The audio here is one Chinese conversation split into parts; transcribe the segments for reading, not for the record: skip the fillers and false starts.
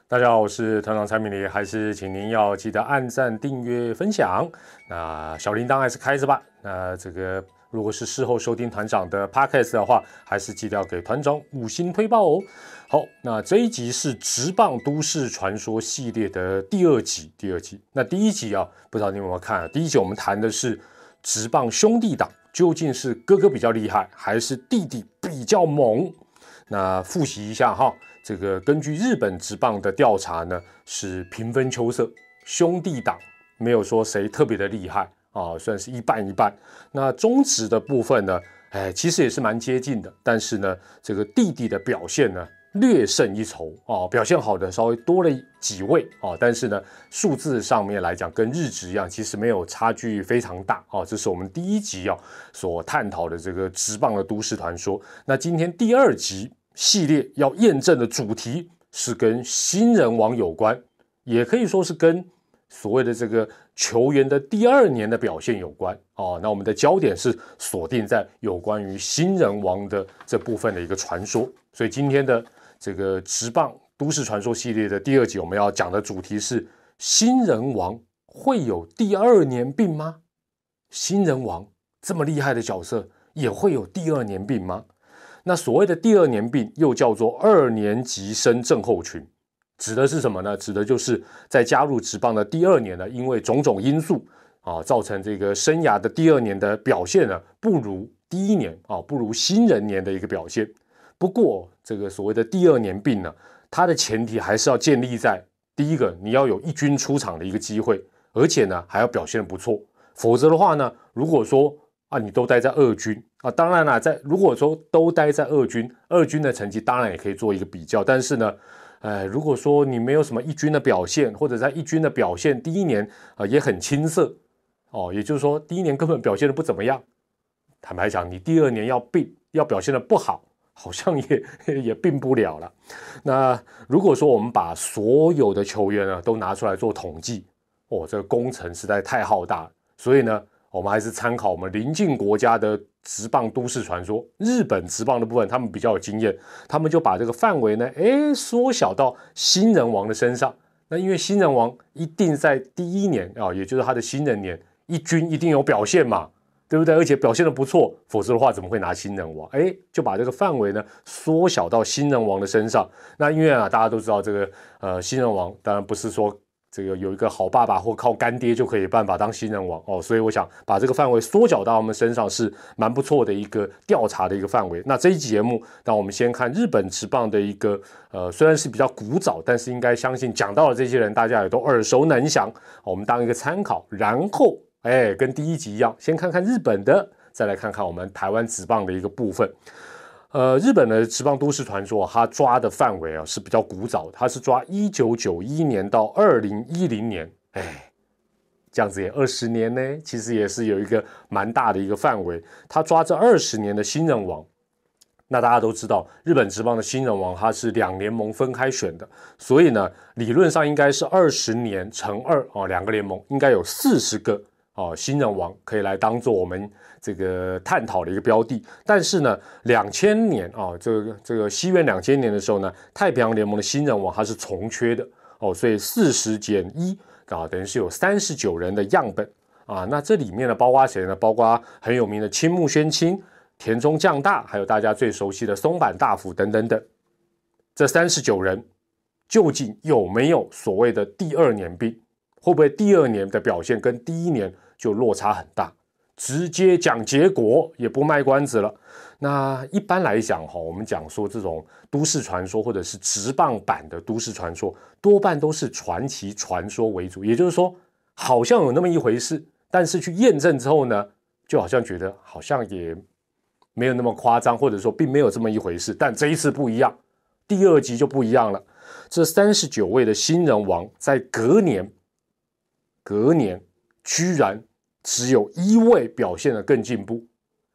大家好，我是团长蔡明黎，还是请您要记得按赞、订阅、分享。那小铃铛还是开着吧。那如果是事后收听团长的 podcast 的话，还是记得要给团长5星推爆哦。好，那这一集是职棒都市传说系列的第二集。那第一集啊，不知道你有没有看啊？第一集我们谈的是职棒兄弟档，究竟是哥哥比较厉害，还是弟弟比较猛？那复习一下哈。根据日本职棒的调查呢，是平分秋色，兄弟档没有说谁特别的厉害啊，算是一半一半。那中职的部分呢，其实也是蛮接近的，但是呢，这个弟弟的表现呢略胜一筹啊，表现好的稍微多了几位啊，但是呢，数字上面来讲跟日职一样，其实没有差距非常大啊。这是我们第一集所探讨的这个职棒的都市传说。那今天第二集系列要验证的主题是跟新人王有关，也可以说是跟所谓的这个球员的第2年的表现有关哦。那我们的焦点是锁定在有关于新人王的这部分的一个传说。所以今天的这个职棒都市传说系列的第2集，我们要讲的主题是新人王会有第2年病吗？新人王这么厉害的角色也会有第2年病吗？那所谓的第2年病又叫做2年级生症候群，指的是什么呢？指的就是在加入职棒的第2年呢，因为种种因素造成这个生涯的第2年的表现呢不如第1年不如新人年的一个表现。不过这个所谓的第2年病呢，它的前提还是要建立在第一个，你要有一军出场的一个机会，而且呢还要表现得不错，否则的话呢，如果说你都待在2军当然啦，如果说都待在2军的成绩当然也可以做一个比较，但是呢，如果说你没有什么1军的表现，或者在1军的表现第1年也很青涩也就是说第1年根本表现得不怎么样，坦白讲，你第2年要表现得不好，好像也并不了了。那如果说我们把所有的球员呢都拿出来做统计，这个工程实在太浩大了，所以呢，我们还是参考我们邻近国家的职棒都市传说，日本职棒的部分他们比较有经验，他们就把这个范围呢缩小到新人王的身上。那因为新人王一定在第1年也就是他的新人年1军一定有表现嘛，对不对？而且表现得不错，否则的话怎么会拿新人王？就把这个范围呢缩小到新人王的身上。那因为大家都知道这个新人王当然不是说这个有一个好爸爸或靠干爹就可以办法当新人王所以我想把这个范围缩小到我们身上是蛮不错的一个调查的一个范围。那这一集节目，让我们先看日本职棒的一个虽然是比较古早，但是应该相信讲到的这些人大家也都耳熟能详，我们当一个参考，然后跟第1集一样，先看看日本的，再来看看我们台湾职棒的一个部分。日本的职棒都市传说，它抓的范围是比较古早的，它是抓1991年到2010年，这样子也20年呢，其实也是有一个蛮大的一个范围。它抓这20年的新人王，那大家都知道，日本职棒的新人王它是2联盟分开选的，所以呢，理论上应该是20年乘2，2个联盟应该有40个。新人王可以来当做我们这个探讨的一个标的。但是呢，2000年这个西元2000年的时候呢，太平洋联盟的新人王它是重缺的所以40减1等于是有39人的样本那这里面呢包括谁呢？包括很有名的青木宣亲、田中将大，还有大家最熟悉的松坂大辅等等等。这39人究竟有没有所谓的第2年病？会不会第2年的表现跟第1年就落差很大？直接讲结果，也不卖关子了。那一般来讲我们讲说这种都市传说或者是职棒版的都市传说，多半都是传奇传说为主，也就是说好像有那么一回事，但是去验证之后呢，就好像觉得好像也没有那么夸张，或者说并没有这么一回事。但这一次不一样，第2集就不一样了。这39位的新人王在隔年居然只有1位表现得更进步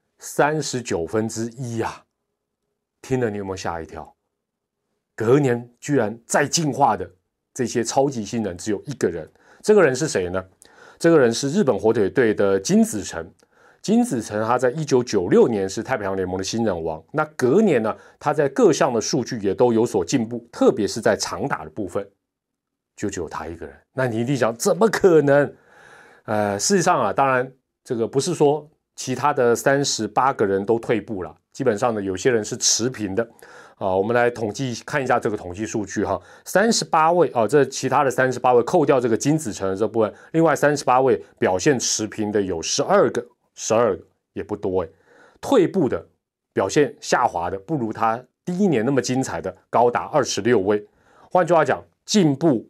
，1/39听了你有没有吓一跳？隔年居然再进化的这些超级新人只有1个人，这个人是谁呢？这个人是日本火腿队的金子诚。金子诚他在1996年是太平洋联盟的新人王，那隔年呢，他在各项的数据也都有所进步，特别是在长打的部分就只有他一个人。那你一定想，怎么可能？事实上啊，当然这个不是说其他的38个人都退步了，基本上呢，有些人是持平的。我们来统计看一下这个统计数据哈，38位这其他的38位扣掉这个金子成的这部分，另外38位表现持平的有12个也不多退步的表现下滑的不如他第一年那么精彩的高达26位。换句话讲，进步、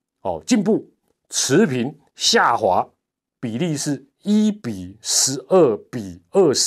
持平、下滑比例是1比12比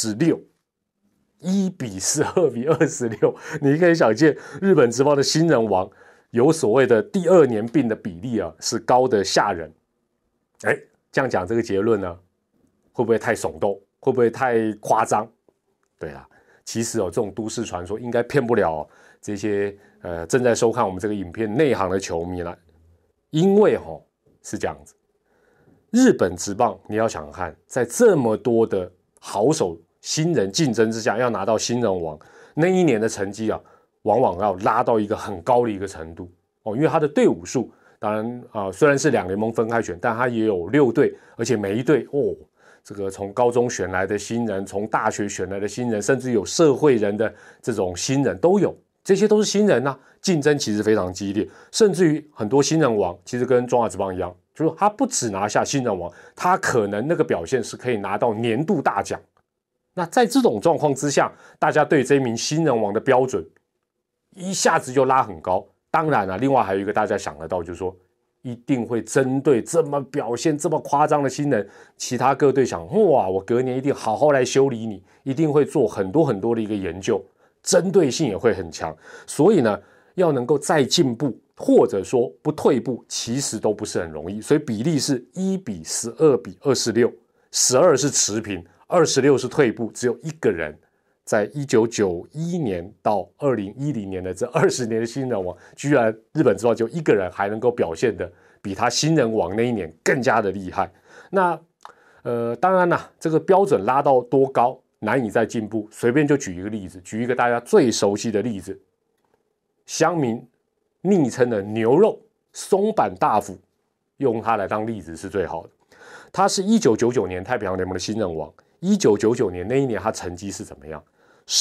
26。1比12比26，你可以想见日本职棒的新人王有所谓的第二年病的比例啊，是高的吓人。这样讲这个结论呢，会不会太耸动？会不会太夸张？对啦，其实这种都市传说应该骗不了这些正在收看我们这个影片内行的球迷了，因为是这样子，日本职棒你要想看，在这么多的好手新人竞争之下，要拿到新人王，那一年的成绩往往要拉到一个很高的一个程度因为他的队伍数，当然虽然是2联盟分开选，但他也有6队，而且每一队这个从高中选来的新人，从大学选来的新人，甚至有社会人的这种新人都有，这些都是新人竞争其实非常激烈，甚至于很多新人王其实跟中华职棒一样，就是他不只拿下新人王，他可能那个表现是可以拿到年度大奖。那在这种状况之下，大家对这名新人王的标准一下子就拉很高。当然另外还有一个大家想得到，就是说一定会针对这么表现这么夸张的新人，其他各队想，我隔年一定好好来修理你，一定会做很多很多的一个研究，针对性也会很强。所以呢，要能够再进步，或者说不退步，其实都不是很容易。所以比例是1比12比26，12是持平，26是退步，只有一个人在1991年到2010年的这20年的新人王，居然日本职棒就一个人还能够表现的比他新人王那一年更加的厉害。那当然啦，这个标准拉到多高难以再进步。随便就举一个例子，举一个大家最熟悉的例子，乡民昵称的牛肉松坂大辅，用他来当例子是最好的。他是1999年太平洋联盟的新人王，1999年那一年他成绩是怎么样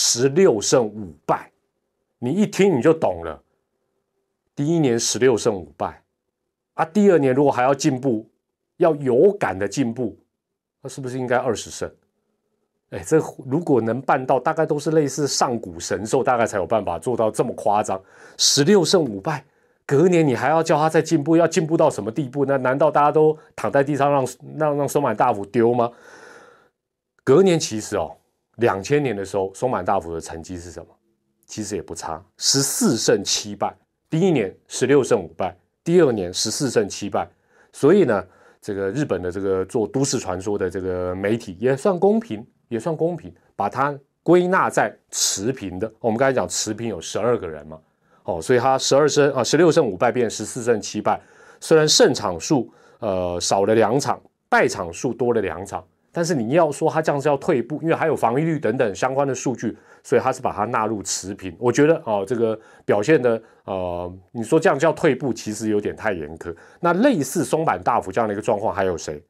？16胜5败，你一听你就懂了。第一年16胜5败第二年如果还要进步，要有感的进步，那是不是应该20胜？这如果能办到，大概都是类似上古神兽，大概才有办法做到这么夸张。16胜5败，隔年你还要叫他再进步，要进步到什么地步？那难道大家都躺在地上让松坂大辅丢吗？隔年其实2000年的时候，松坂大辅的成绩是什么？其实也不差，14胜7败。第一年16胜5败，第二年14胜7败。所以呢，这个日本的这个做都市传说的这个媒体也算公平，把它归纳在持平的。我们刚才讲持平有12个人嘛，所以他16胜5败变14胜7败。虽然胜场数少了2场，败场数多了2场。但是你要说他这样是要退步，因为还有防御率等等相关的数据，所以他是把它纳入持平。我觉得这个表现的你说这样叫退步，其实有点太严苛。那类似松坂大辅这样的一个状况还有谁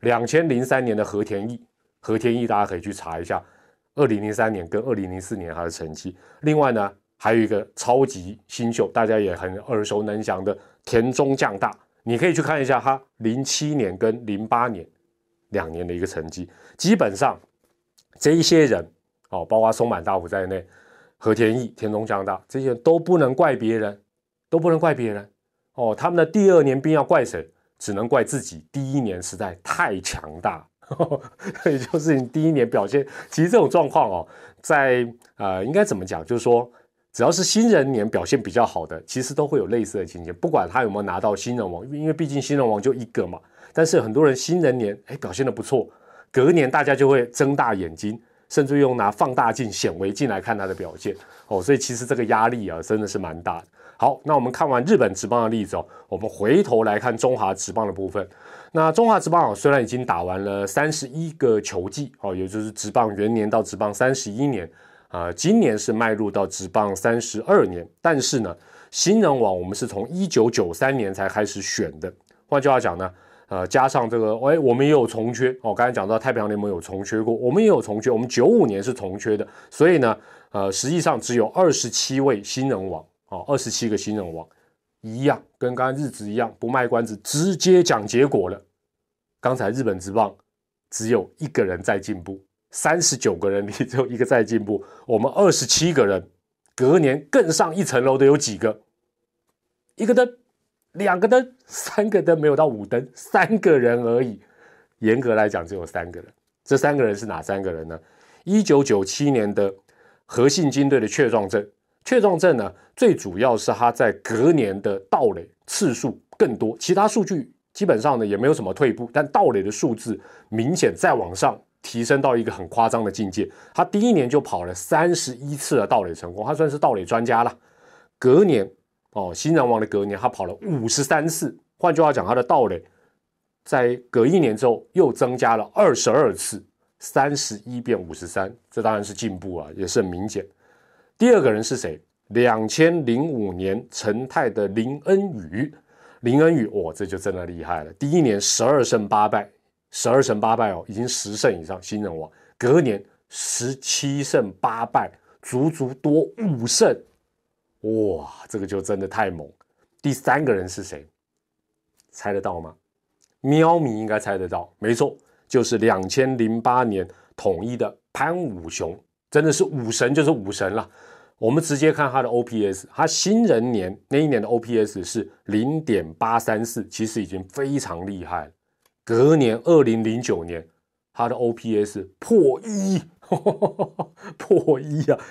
？2003年的和田毅大家可以去查一下2003年跟2004年他的成绩。另外呢，还有一个超级新秀，大家也很耳熟能详的田中将大，你可以去看一下他07年跟08年2年的一个成绩。基本上这一些人包括松坂大辅在内，和田毅、田中将大，这些人都不能怪别人，他们的第二年兵要怪谁？只能怪自己第一年实在太强大。也就是你第一年表现，其实这种状况在应该怎么讲？就是说，只要是新人年表现比较好的，其实都会有类似的情节，不管他有没有拿到新人王，因为毕竟新人王就一个嘛。但是很多人新人年表现得不错，隔年大家就会睁大眼睛，甚至用拿放大镜、显微镜来看他的表现所以其实这个压力真的是蛮大的。好，那我们看完日本职棒的例子我们回头来看中华职棒的部分。那中华职棒虽然已经打完了31个球季也就是职棒元年到职棒31年今年是迈入到职棒32年，但是呢， 新人王我们是从1993年才开始选的。换句话讲呢，加上这个，我们也有重缺哦。刚才讲到太平洋联盟有重缺过，我们也有重缺，我们95年是重缺的，所以呢，实际上只有27位新人王哦，27个新人王，一样跟刚刚日职一样，不卖关子，直接讲结果了。刚才日本职棒只有一个人在进步，39个人里只有一个在进步，我们27个人，隔年更上一层楼的有几个？一个灯。2个灯，3个灯，没有到5灯，3个人而已。严格来讲，只有3个人。这3个人是哪3个人呢？1997年的和信金队的确状症，确状症呢，最主要是他在隔年的盗垒次数更多，其他数据基本上呢也没有什么退步，但盗垒的数字明显再往上提升到一个很夸张的境界。他第一年就跑了31次的盗垒成功，他算是盗垒专家了。隔年新人王的隔年，他跑了53次，换句话讲，他的盗垒在隔1年之后又增加了22次，31变53，这当然是进步啊，也是很明显。第二个人是谁？2005年成泰的林恩宇，这就真的厉害了。第一年12胜8败，12胜8败已经10胜以上，新人王。隔年17胜8败，足足多5胜。哇，这个就真的太猛。第3个人是谁？猜得到吗？喵迷应该猜得到，没错，就是2008年统一的潘武雄，真的是武神就是武神了。我们直接看他的 OPS， 他新人年那一年的 OPS 是 0.834， 其实已经非常厉害了。隔年2009年，他的 OPS 破1，破1啊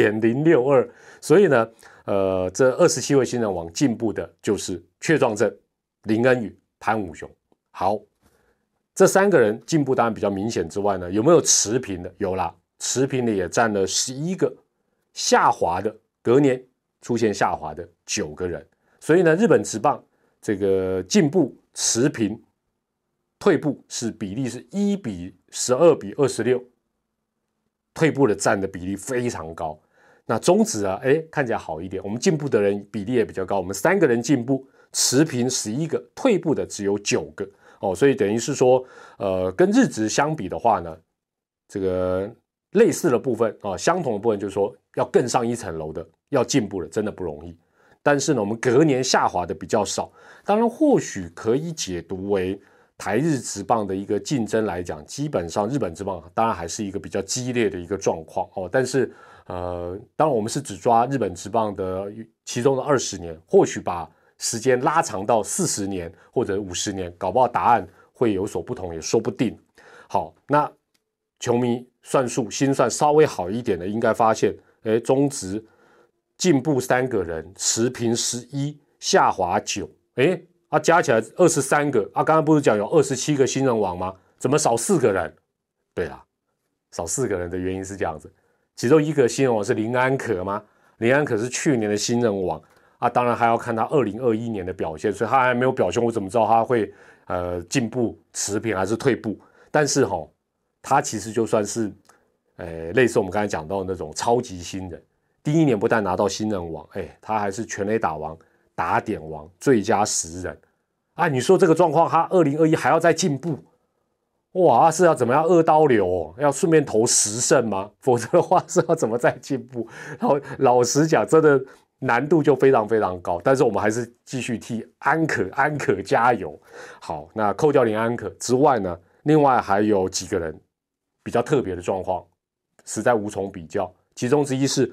1.062， 所以呢这27位新人王进步的就是确状症、林恩宇、潘武雄。好，这3个人进步当然比较明显之外呢，有没有持平的？有啦，持平的也占了11个，下滑的隔年出现下滑的9个人。所以呢，日本职棒这个进步、持平、退步是比例是1比12比26，退步的占的比例非常高。那中职啊，看起来好一点，我们进步的人比例也比较高，我们3个人进步，持平11个，退步的只有9个所以等于是说，跟日职相比的话呢，这个类似的部分相同的部分就是说，要更上一层楼的，要进步的，真的不容易。但是呢，我们隔年下滑的比较少，当然或许可以解读为台日职棒的一个竞争来讲，基本上日本职棒当然还是一个比较激烈的一个状况但是当然我们是只抓日本职棒的其中的20年，或许把时间拉长到40年或者50年，搞不好答案会有所不同，也说不定。好，那球迷算数心算稍微好一点的，应该发现，中职进步3个人，持平11，下滑9，加起来23个刚刚不是讲有27个新人王吗？怎么少4个人？对啦，少4个人的原因是这样子，其中一个新人王是林安可吗？林安可是去年的新人王当然还要看他2021年的表现，所以他还没有表现，我怎么知道他会进步、持平还是退步？但是他其实就算是类似我们刚才讲到的那种超级新人，第一年不但拿到新人王，他还是全垒打王、打点王、最佳10人你说这个状况，他2021还要再进步，哇，是要怎么样2刀流要顺便投10胜吗？否则的话是要怎么再进步？老实讲，真的难度就非常非常高。但是我们还是继续替安可加油。好，那扣掉林安可之外呢，另外还有几个人比较特别的状况，实在无从比较。其中之一是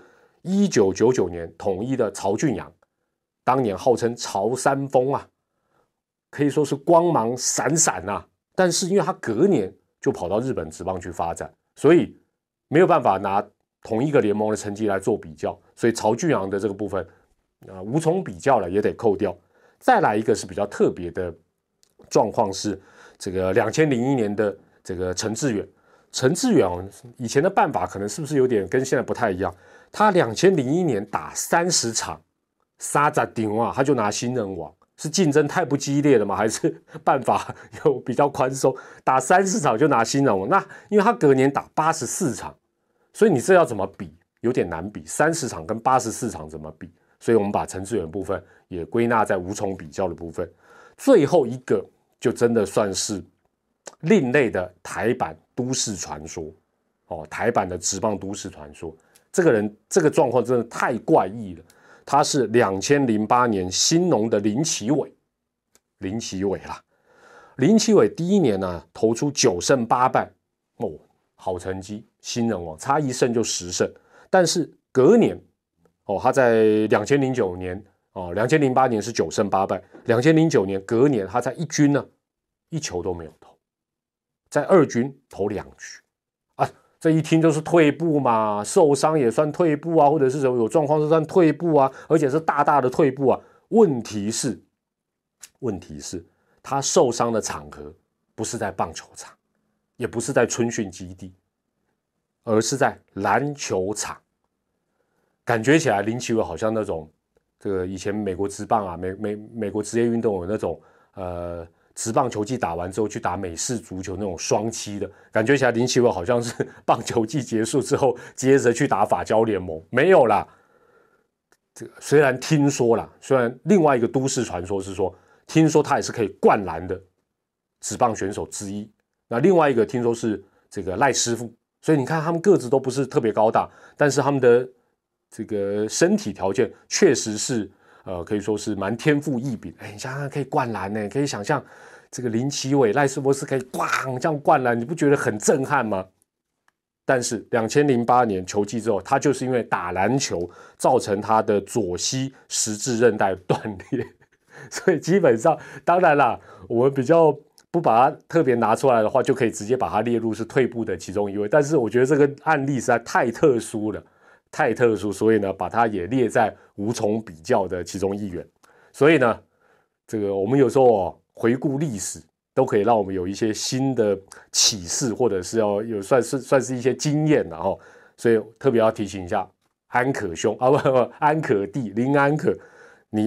1999年统一的曹俊阳，当年号称曹三丰可以说是光芒闪闪但是因为他隔年就跑到日本职棒去发展，所以没有办法拿同一个联盟的成绩来做比较，所以曹俊阳的这个部分无从比较了，也得扣掉。再来一个是比较特别的状况是这个2001年的这个陈致远以前的办法可能是不是有点跟现在不太一样？他2001年打30场30场他就拿新人王，是竞争太不激烈了吗？还是办法有比较宽松？打30场就拿新人王，那因为他隔年打84场，所以你这要怎么比？有点难比。30场跟84场怎么比？ 所以我们把陈志远部分也归纳在无从比较的部分。最后一个就真的算是另类的台版都市传说哦，台版的职棒都市传说。这个人这个状况真的太怪异了。他是2008年兴农的林奇伟啦。林奇伟第一年呢、投出9胜8败哦，好成绩，新人王差1胜就10胜。但是隔年哦，他在2009年哦，2008年是9胜8败，2009年隔年他在一军呢1球都没有投，在二军投2局啊。这一听就是退步嘛，受伤也算退步啊，或者是什么有状况是算退步啊，而且是大大的退步啊。问题是他受伤的场合不是在棒球场，也不是在春训基地，而是在篮球场。感觉起来林奇伟好像那种这个以前美国职棒啊，美国职业运动有那种职棒球季打完之后去打美式足球那种双栖的感觉起来，林奇伟好像是棒球季结束之后接着去打法交联盟，没有啦。这个虽然听说啦，虽然另外一个都市传说是说，听说他也是可以灌篮的职棒选手之一。那另外一个听说是这个赖师傅，所以你看他们个子都不是特别高大，但是他们的这个身体条件确实是可以说是蛮天赋异禀。你想想可以灌篮呢，可以想象这个林奇伟、赖斯伯斯可以咣这样灌篮，你不觉得很震撼吗？但是2008年球季之后，他就是因为打篮球造成他的左膝十字韧带断裂，所以基本上当然啦，我们比较不把它特别拿出来的话，就可以直接把它列入是退步的其中一位。但是我觉得这个案例实在太特殊了。太特殊，所以呢，把它也列在无从比较的其中一员。所以呢，这个我们有时候回顾历史，都可以让我们有一些新的启示，或者是要有算是一些经验然后，所以特别要提醒一下安可兄啊，不安可弟林安可，你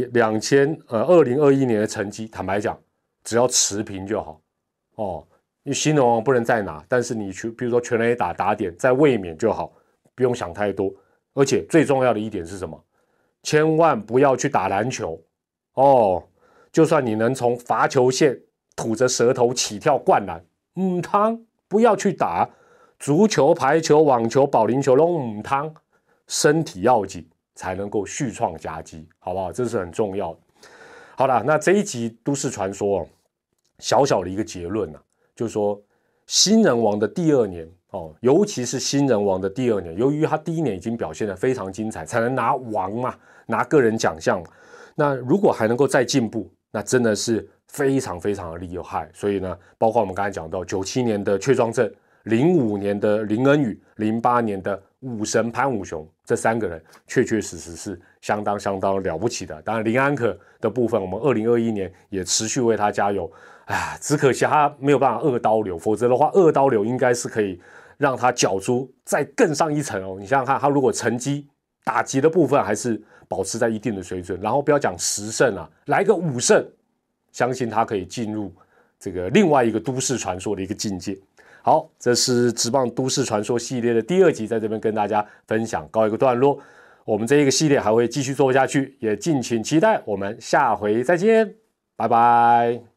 2021年的成绩，坦白讲，只要持平就好哦。因为新人王不能再拿，但是你去，比如说全垒打点再卫冕就好，不用想太多。而且最重要的一点是什么？千万不要去打篮球哦！就算你能从罚球线吐着舌头起跳灌篮，汤不要去打足球、排球、网球、保龄球都汤，身体要紧才能够续创佳绩，好不好？这是很重要的。好了，那这一集都市传说小小的一个结论就是说新人王的第2年。尤其是新人王的第2年，由于他第1年已经表现得非常精彩，才能拿王嘛，拿个人奖项嘛。那如果还能够再进步，那真的是非常非常的厉害。所以呢，包括我们刚才讲到97年的阙庄正、05年的林恩宇、08年的武神潘武雄，这3个人确确实实是相当了不起的。当然，林安可的部分，我们2021年也持续为他加油。只可惜他没有办法2刀流，否则的话2刀流应该是可以让他缴出再更上一层哦。你想想看，他如果成绩打击的部分还是保持在一定的水准，然后不要讲10胜来个5胜，相信他可以进入这个另外一个都市传说的一个境界。好，这是职棒都市传说系列的第2集，在这边跟大家分享，告一个段落。我们这一个系列还会继续做下去，也敬请期待。我们下回再见，拜拜。